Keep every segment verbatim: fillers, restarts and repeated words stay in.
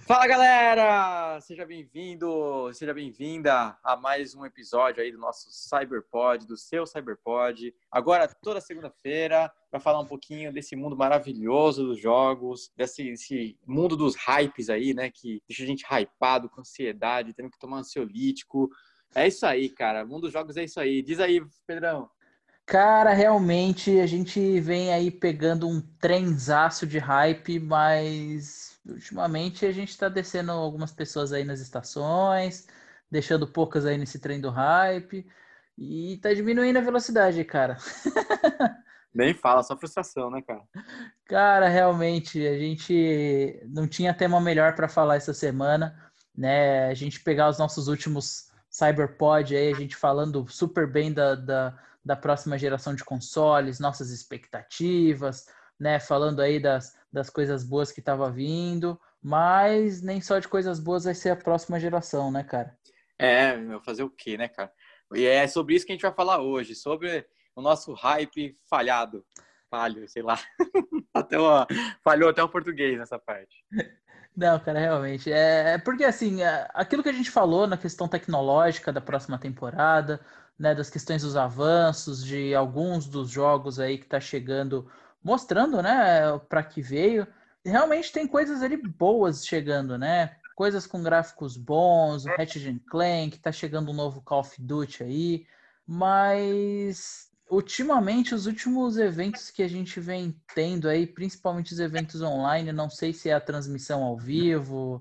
Fala, galera! Seja bem-vindo, seja bem-vinda a mais um episódio aí do nosso CyberPod, do seu CyberPod. Agora, toda segunda-feira, para falar um pouquinho desse mundo maravilhoso dos jogos, desse, desse mundo dos hypes aí, né? Que deixa a gente hypado, com ansiedade, tendo que tomar ansiolítico. É isso aí, cara. O mundo dos jogos é isso aí. Diz aí, Pedrão. Cara, realmente a gente vem aí pegando um trenzaço de hype, mas ultimamente a gente tá descendo algumas pessoas aí nas estações, deixando poucas aí nesse trem do hype e tá diminuindo a velocidade, cara. Nem fala, só frustração, né, cara? Cara, realmente a gente não tinha tema melhor para falar essa semana, né? A gente pegar os nossos últimos Cyberpod aí, a gente falando super bem da, da, da próxima geração de consoles, nossas expectativas, né? Falando aí das, das coisas boas que tava vindo, mas nem só de coisas boas vai ser a próxima geração, né, cara? É, meu, fazer o quê, né, cara? E é sobre isso que a gente vai falar hoje, sobre o nosso hype falhado. Falho, sei lá. Até o, falhou até o português nessa parte. Não, cara, realmente. É, é porque, assim, é, aquilo que a gente falou na questão tecnológica da próxima temporada, né, das questões dos avanços, de alguns dos jogos aí que tá chegando, mostrando, né, para que veio, realmente tem coisas ali boas chegando, né? Coisas com gráficos bons, o Ratchet and Clank, tá chegando um novo Call of Duty aí, mas ultimamente, os últimos eventos que a gente vem tendo aí, principalmente os eventos online, não sei se é a transmissão ao vivo,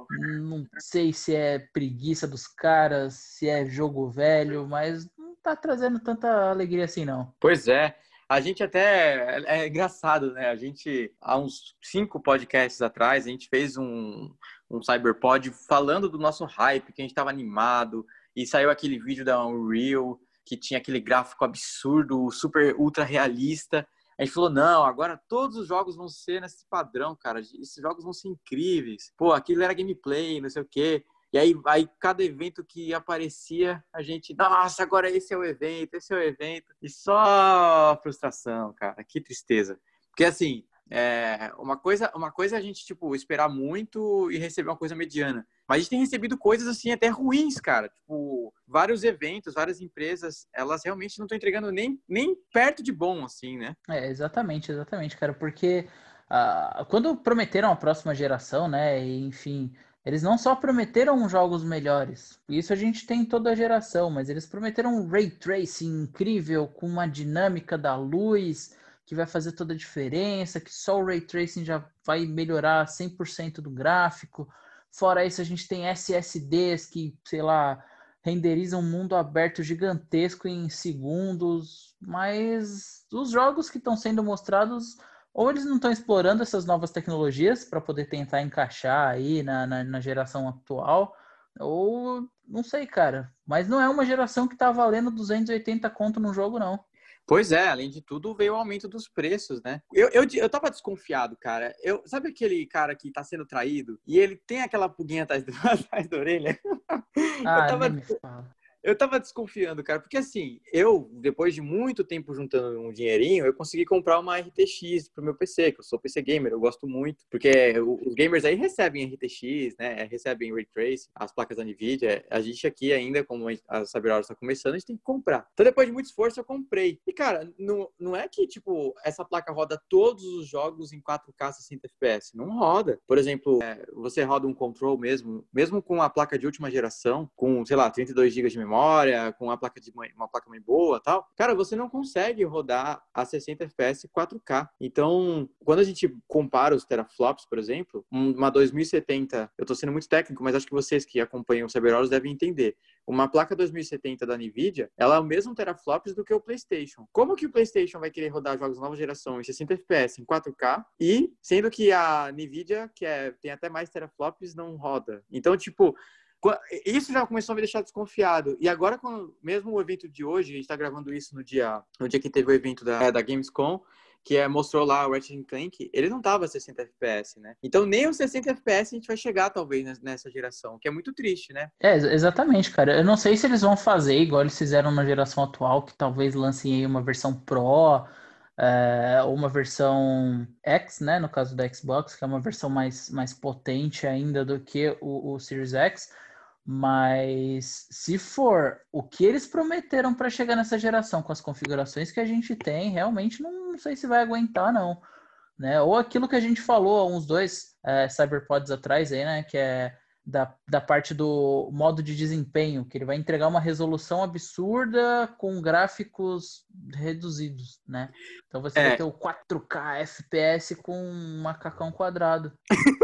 não sei se é preguiça dos caras, se é jogo velho, mas não tá trazendo tanta alegria assim, não. Pois é. A gente até... É, é engraçado, né? A gente, há uns cinco podcasts atrás, a gente fez um, um Cyberpod falando do nosso hype, que a gente estava animado, e saiu aquele vídeo da Unreal, que tinha aquele gráfico absurdo, super ultra realista. A gente falou, não, agora todos os jogos vão ser nesse padrão, cara. Esses jogos vão ser incríveis. Pô, aquilo era gameplay, não sei o quê. E aí, aí cada evento que aparecia, a gente, nossa, agora esse é o evento, esse é o evento. E só frustração, cara. Que tristeza. Porque assim, é, uma coisa, uma coisa é a gente, tipo, esperar muito e receber uma coisa mediana. Mas a gente tem recebido coisas, assim, até ruins, cara. Tipo, vários eventos, várias empresas, elas realmente não estão entregando nem, nem perto de bom, assim, né? É, exatamente, exatamente, cara, porque ah, quando prometeram a próxima geração, né, e, enfim, eles não só prometeram jogos melhores, isso a gente tem em toda a geração, mas eles prometeram um ray tracing incrível, com uma dinâmica da luz, que vai fazer toda a diferença, que só o ray tracing já vai melhorar cem por cento do gráfico. Fora isso, a gente tem S S Ds que, sei lá, renderiza um mundo aberto gigantesco em segundos, mas os jogos que estão sendo mostrados, ou eles não estão explorando essas novas tecnologias para poder tentar encaixar aí na, na, na geração atual, ou não sei, cara. Mas não é uma geração que tá valendo duzentos e oitenta conto no jogo, não. Pois é, além de tudo, veio o aumento dos preços, né? Eu, eu, eu tava desconfiado, cara. Eu, sabe aquele cara que tá sendo traído e ele tem aquela pulguinha atrás, do, atrás da orelha? Eu Ah, nem tava me fala. Eu tava desconfiando, cara, porque assim, eu, depois de muito tempo juntando um dinheirinho, eu consegui comprar uma R T X pro meu P C, que eu sou P C gamer, eu gosto muito, porque os gamers aí recebem R T X, né, recebem Ray Tracing, as placas da NVIDIA, a gente aqui ainda, como a CyberHours está começando, a gente tem que comprar. Então, depois de muito esforço, eu comprei. E, cara, não, não é que, tipo, essa placa roda todos os jogos em quatro K sessenta F P S, não roda. Por exemplo, é, você roda um Control mesmo, mesmo com a placa de última geração, com, sei lá, trinta e dois gigas de memória, memória, com uma placa de mãe, uma placa mãe boa, tal. Cara, você não consegue rodar a sessenta F P S quatro K. Então, quando a gente compara os teraflops, por exemplo, uma dois mil e setenta, eu tô sendo muito técnico, mas acho que vocês que acompanham o CyberHours devem entender. Uma placa dois mil e setenta da NVIDIA, ela é o mesmo teraflops do que o PlayStation. Como que o PlayStation vai querer rodar jogos nova geração em sessenta F P S em quatro K e sendo que a NVIDIA, que é, tem até mais teraflops, não roda? Então, tipo, isso já começou a me deixar desconfiado. E agora, com mesmo o evento de hoje, a gente está gravando isso no dia, no dia que teve o evento da, da Gamescom, que é, mostrou lá o Ratchet and Clank, ele não tava sessenta F P S, né? Então nem os sessenta F P S a gente vai chegar, talvez, nessa geração, que é muito triste, né? É, exatamente, cara. Eu não sei se eles vão fazer igual eles fizeram na geração atual, que talvez lancem aí uma versão Pro, é, uma versão X, né, no caso da Xbox, que é uma versão mais, mais potente ainda do que o, o Series X, mas se for o que eles prometeram para chegar nessa geração com as configurações que a gente tem, realmente não, não sei se vai aguentar, não. Né? Ou aquilo que a gente falou há uns dois é, Cyberpods atrás, aí, né? Que é da, da parte do modo de desempenho, que ele vai entregar uma resolução absurda com gráficos reduzidos, né? Então você vai É, ter o quatro K F P S com um macacão quadrado.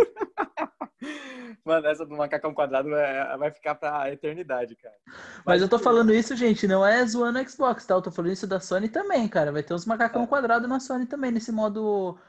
mano, essa do macacão quadrado é- vai ficar pra eternidade, cara. Mas Mas eu tô assim, falando isso, gente, não é zoando o Xbox, tá? Eu tô falando isso da Sony também, cara. Vai ter os macacão é, quadrado na Sony também, nesse modo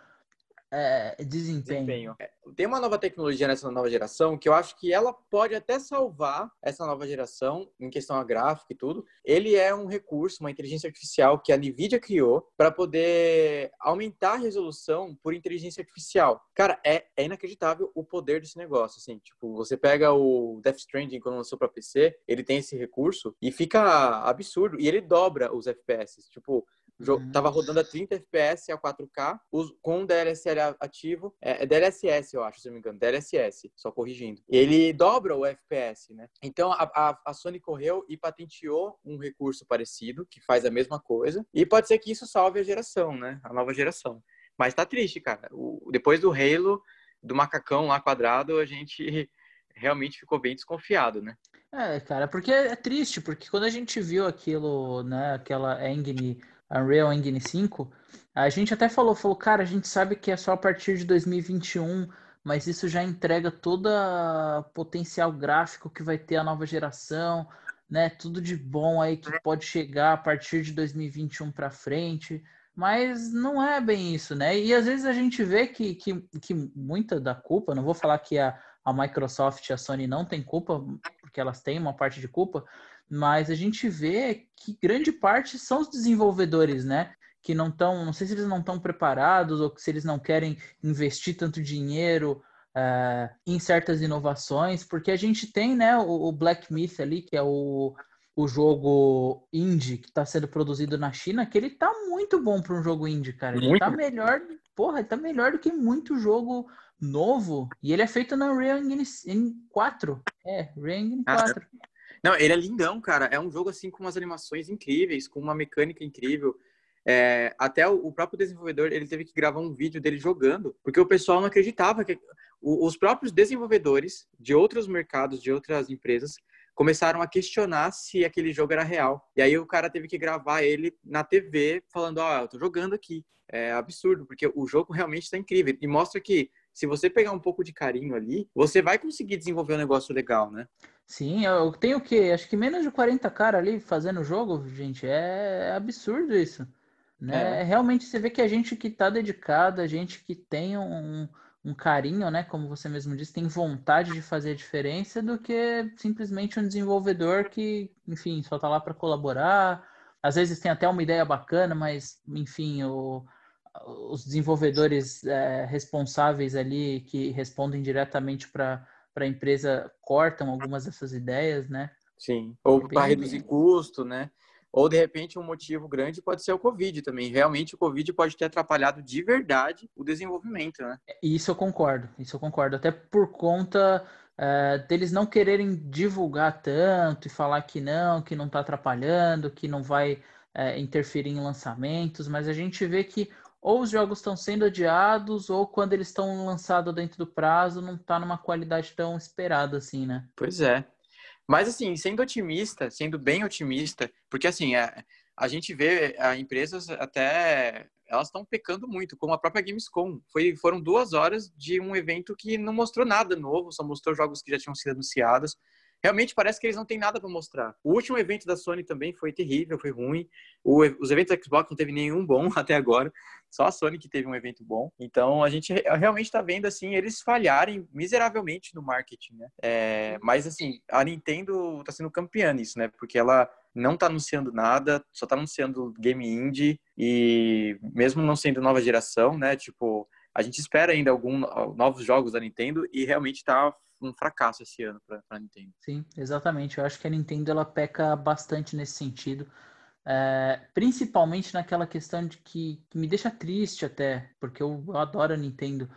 é, desempenho. desempenho. É, tem uma nova tecnologia nessa nova geração que eu acho que ela pode até salvar essa nova geração em questão a gráfico e tudo. Ele é um recurso, uma inteligência artificial que a NVIDIA criou para poder aumentar a resolução por inteligência artificial. Cara, é, é inacreditável o poder desse negócio, assim. Tipo, você pega o Death Stranding quando lançou para P C, ele tem esse recurso e fica absurdo. E ele dobra os F P S. Tipo, o jogo Uhum. tava rodando a trinta F P S a quatro K, com o D L S S ativo. É, é D L S S, eu acho, se não me engano. D L S S, só corrigindo. Ele dobra o F P S, né? Então, a, a, a Sony correu e patenteou um recurso parecido, que faz a mesma coisa. E pode ser que isso salve a geração, né? A nova geração. Mas tá triste, cara. O, depois do Halo, do macacão lá quadrado, a gente realmente ficou bem desconfiado, né? É, cara, porque é triste, porque quando a gente viu aquilo, né, aquela Engine, Unreal Engine cinco, a gente até falou, falou, cara, a gente sabe que é só a partir de dois mil e vinte e um, mas isso já entrega todo o potencial gráfico que vai ter a nova geração, né, tudo de bom aí que pode chegar a partir de dois mil e vinte e um para frente, mas não é bem isso, né, e às vezes a gente vê que, que, que muita da culpa, não vou falar que a, a Microsoft e a Sony não têm culpa, porque elas têm uma parte de culpa, mas a gente vê que grande parte são os desenvolvedores, né? Que não estão, não sei se eles não estão preparados ou se eles não querem investir tanto dinheiro uh, em certas inovações, porque a gente tem, né, o, o Black Myth ali, que é o, o jogo indie que está sendo produzido na China, que ele tá muito bom para um jogo indie, cara. Ele tá Muito. melhor, porra, ele tá melhor do que muito jogo novo. E ele é feito na Unreal Engine quatro. É, Unreal Engine quatro. Não, ele é lindão, cara. É um jogo assim com umas animações incríveis, com uma mecânica incrível. É, até o, o próprio desenvolvedor, ele teve que gravar um vídeo dele jogando, porque o pessoal não acreditava que o, os próprios desenvolvedores de outros mercados, de outras empresas, começaram a questionar se aquele jogo era real. E aí o cara teve que gravar ele na T V, falando, ó, oh, eu tô jogando aqui. É absurdo, porque o jogo realmente está incrível. E mostra que se você pegar um pouco de carinho ali, você vai conseguir desenvolver um negócio legal, né? Sim, eu tenho o quê? Acho que menos de quarenta cara ali fazendo o jogo, gente. É absurdo isso. É. Né? Realmente você vê que a gente que tá dedicado, a gente que tem um, um carinho, né? Como você mesmo disse, tem vontade de fazer a diferença do que simplesmente um desenvolvedor que, enfim, só tá lá para colaborar. Às vezes tem até uma ideia bacana, mas, enfim, o, os desenvolvedores é, responsáveis ali que respondem diretamente para para a empresa cortam algumas dessas ideias, né? Sim. É Ou para bem, reduzir bem... custo, né? Ou de repente um motivo grande pode ser o Covid também. Realmente o Covid pode ter atrapalhado de verdade o desenvolvimento, né? Isso eu concordo, isso eu concordo. Até por conta é, deles não quererem divulgar tanto e falar que não, que não está atrapalhando, que não vai é, interferir em lançamentos, mas a gente vê que ou os jogos estão sendo adiados, ou quando eles estão lançados dentro do prazo, não está numa qualidade tão esperada assim, né? Pois é. Mas assim, sendo otimista, sendo bem otimista, porque assim, a, a gente vê a empresas até elas estão pecando muito, como a própria Gamescom. Foi, foram duas horas de um evento que não mostrou nada novo, só mostrou jogos que já tinham sido anunciados. Realmente parece que eles não têm nada para mostrar. O último evento da Sony também foi terrível, foi ruim. O, os eventos da Xbox não teve nenhum bom até agora. Só a Sony que teve um evento bom. Então a gente realmente está vendo assim eles falharem miseravelmente no marketing, né? É, mas assim a Nintendo está sendo campeã nisso, né? Porque ela não está anunciando nada, só está anunciando game indie e mesmo não sendo nova geração, né? Tipo a gente espera ainda alguns novos jogos da Nintendo e realmente está um fracasso esse ano para a Nintendo. Sim, exatamente. Eu acho que a Nintendo ela peca bastante nesse sentido. É, principalmente naquela questão de que, que me deixa triste até, porque eu, eu adoro a Nintendo,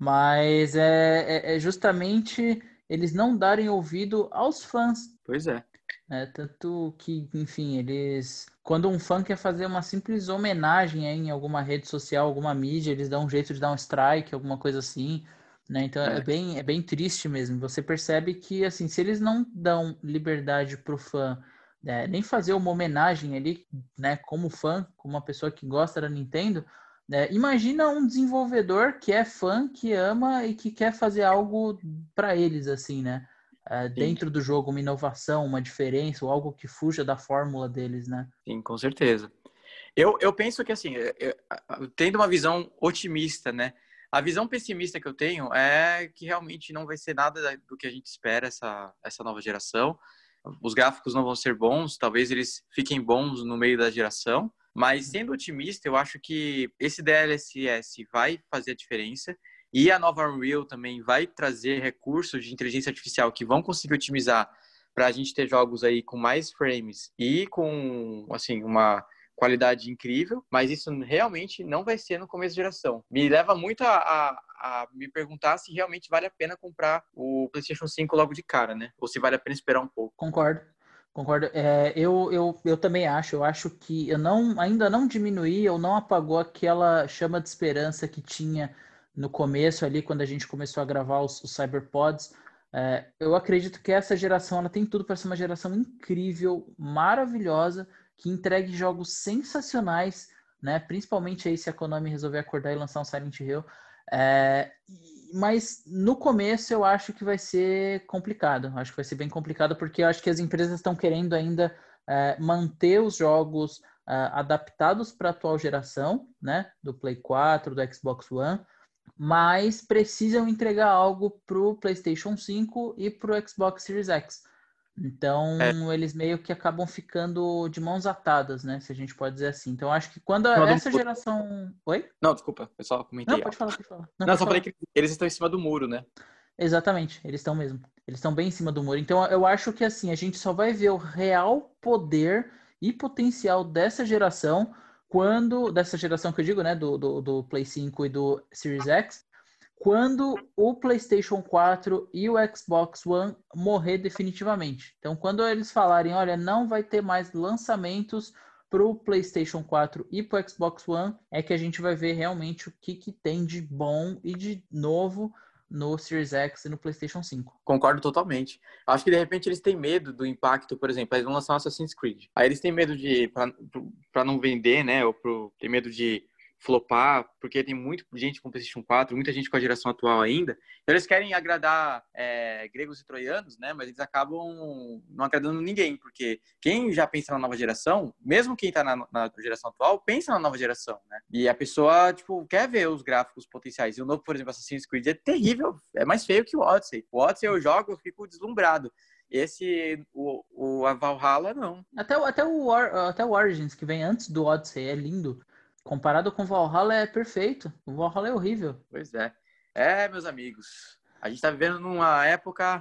mas é, é, é justamente eles não darem ouvido aos fãs. Pois é. É, tanto que, enfim, eles. Quando um fã quer fazer uma simples homenagem aí em alguma rede social, alguma mídia, eles dão um jeito de dar um strike, alguma coisa assim, né? Então é É. bem, é bem triste mesmo. Você percebe que, assim, se eles não dão liberdade pro fã, né, nem fazer uma homenagem ali, né, como fã, como uma pessoa que gosta da Nintendo, né, imagina um desenvolvedor que é fã, que ama e que quer fazer algo para eles, assim, né? Uh, Sim, dentro do jogo uma inovação, uma diferença, ou algo que fuja da fórmula deles, né? sim, com certeza. Eu, eu penso que, assim, eu, eu, tendo uma visão otimista, né? A visão pessimista que eu tenho é que realmente não vai ser nada do que a gente espera essa, essa nova geração. Os gráficos não vão ser bons, talvez eles fiquem bons no meio da geração, mas sendo otimista, eu acho que esse D L S S vai fazer a diferença e a nova Unreal também vai trazer recursos de inteligência artificial que vão conseguir otimizar para a gente ter jogos aí com mais frames e com, assim, uma qualidade incrível, mas isso realmente não vai ser no começo da geração. Me leva muito a, a, a me perguntar se realmente vale a pena comprar o PlayStation cinco logo de cara, né? Ou se vale a pena esperar um pouco. Concordo, concordo. É, eu, eu, eu também acho, eu acho que eu não, ainda não diminuí ou não apagou aquela chama de esperança que tinha no começo ali, quando a gente começou a gravar os, os Cyberpods. É, eu acredito que essa geração ela tem tudo para ser uma geração incrível, maravilhosa, que entregue jogos sensacionais, né? Principalmente aí se a Konami resolver acordar e lançar um Silent Hill. É, mas no começo eu acho que vai ser complicado. Acho que vai ser bem complicado porque eu acho que as empresas estão querendo ainda é, manter os jogos é, adaptados para a atual geração, né? Do Play quatro, do Xbox One, mas precisam entregar algo para o PlayStation cinco e para o Xbox Series X. É, Então, eles meio que acabam ficando de mãos atadas, né? Se a gente pode dizer assim. Então, acho que quando em a- cima do essa muro. geração. Oi? Não, desculpa, eu só Não, comentei pode alto. falar, pode falar. Não, Não, eu pode só falei falar. que eles estão em cima do muro, né? Exatamente, eles estão mesmo. Eles estão bem em cima do muro. Então, eu acho que assim, a gente só vai ver o real poder e potencial dessa geração quando. Dessa geração que eu digo, né? Do, do, do Play cinco e do Series X, quando o PlayStation quatro e o Xbox One morrer definitivamente. Então, quando eles falarem, olha, não vai ter mais lançamentos para o PlayStation quatro e para o Xbox One, é que a gente vai ver realmente o que, que tem de bom e de novo no Series X e no PlayStation cinco. Concordo totalmente. Acho que de repente eles têm medo do impacto, por exemplo, eles vão lançar um Assassin's Creed. Aí eles têm medo de, para não vender, né? Ou pro, tem medo de flopar, porque tem muita gente com PlayStation quatro, muita gente com a geração atual ainda. Então eles querem agradar é, gregos e troianos, né? Mas eles acabam não agradando ninguém, porque quem já pensa na nova geração, mesmo quem tá na, na geração atual, pensa na nova geração, né? E a pessoa, tipo, quer ver os gráficos potenciais. E o novo, por exemplo, Assassin's Creed é terrível, é mais feio que o Odyssey. O Odyssey eu jogo, eu fico deslumbrado. Esse, o, o a Valhalla, não. Até, o- até, o War- até o Origins, que vem antes do Odyssey, é lindo. Comparado com o Valhalla, é perfeito. O Valhalla é horrível. Pois é. É, meus amigos, a gente tá vivendo numa época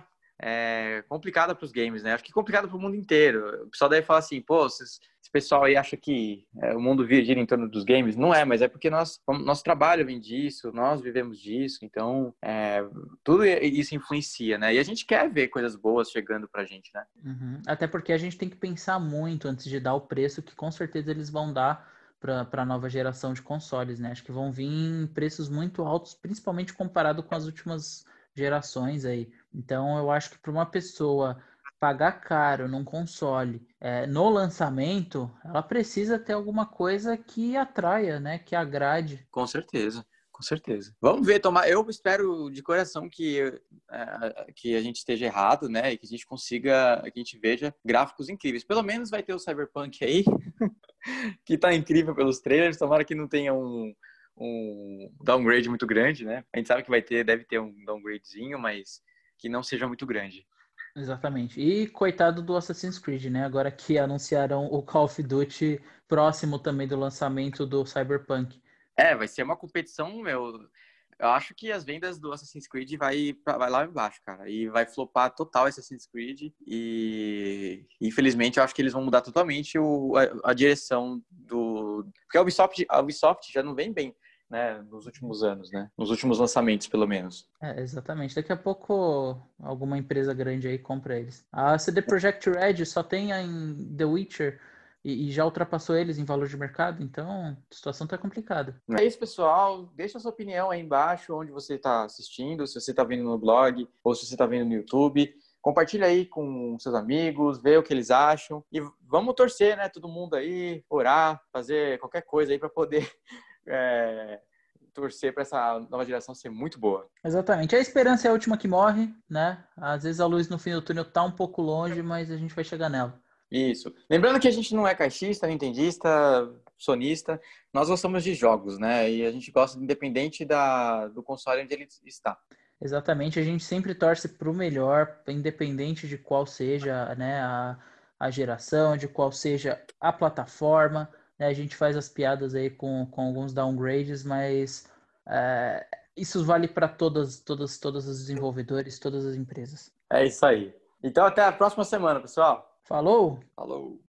é, complicada para os games, né? Acho que complicada para o mundo inteiro. O pessoal deve falar assim, pô, esse pessoal aí acha que é, o mundo gira em torno dos games. Não é, mas é porque nós, nosso trabalho vem disso, nós vivemos disso, então é, tudo isso influencia, né? E a gente quer ver coisas boas chegando pra gente, né? Uhum. Até porque a gente tem que pensar muito antes de dar o preço que com certeza eles vão dar para a nova geração de consoles, né? Acho que vão vir preços muito altos, principalmente comparado com as últimas gerações aí. Então, eu acho que para uma pessoa pagar caro num console é, no lançamento, ela precisa ter alguma coisa que atraia, né? Que agrade. Com certeza, com certeza. Vamos ver, tomar. Eu espero de coração que, é, que a gente esteja errado, né? E que a gente consiga, que a gente veja gráficos incríveis. Pelo menos vai ter o Cyberpunk aí, que tá incrível pelos trailers. Tomara que não tenha um, um downgrade muito grande, né? A gente sabe que vai ter, deve ter um downgradezinho, mas que não seja muito grande. Exatamente. E coitado do Assassin's Creed, né? Agora que anunciaram o Call of Duty próximo também do lançamento do Cyberpunk. É, vai ser uma competição, meu. Eu acho que as vendas do Assassin's Creed vai, pra, vai lá embaixo, cara. E vai flopar total esse Assassin's Creed. E infelizmente eu acho que eles vão mudar totalmente o, a, a direção do. Porque a Ubisoft, a Ubisoft já não vem bem, né? Nos últimos anos, né? Nos últimos lançamentos, pelo menos. É, exatamente. Daqui a pouco alguma empresa grande aí compra eles. A C D Projekt Red só tem em The Witcher e, e já ultrapassou eles em valor de mercado, então a situação tá complicada. É isso, pessoal. Deixa a sua opinião aí embaixo, onde você está assistindo, se você está vendo no blog ou se você está vendo no YouTube. Compartilha aí com seus amigos, vê o que eles acham. E vamos torcer, né? Todo mundo aí, orar, fazer qualquer coisa aí para poder é, torcer para essa nova geração ser muito boa. Exatamente. A esperança é a última que morre, né? Às vezes a luz no fim do túnel tá um pouco longe, mas a gente vai chegar nela. Isso. Lembrando que a gente não é caixista, nintendista, sonista. Nós gostamos de jogos, né? E a gente gosta independente da, do console onde ele está. Exatamente, a gente sempre torce para o melhor, independente de qual seja, né, a, a geração, de qual seja a plataforma, né, a gente faz as piadas aí com, com alguns downgrades, mas é, isso vale para todas, todas, todos os desenvolvedores, todas as empresas. É isso aí. Então, até a próxima semana, pessoal. Falou! Falou!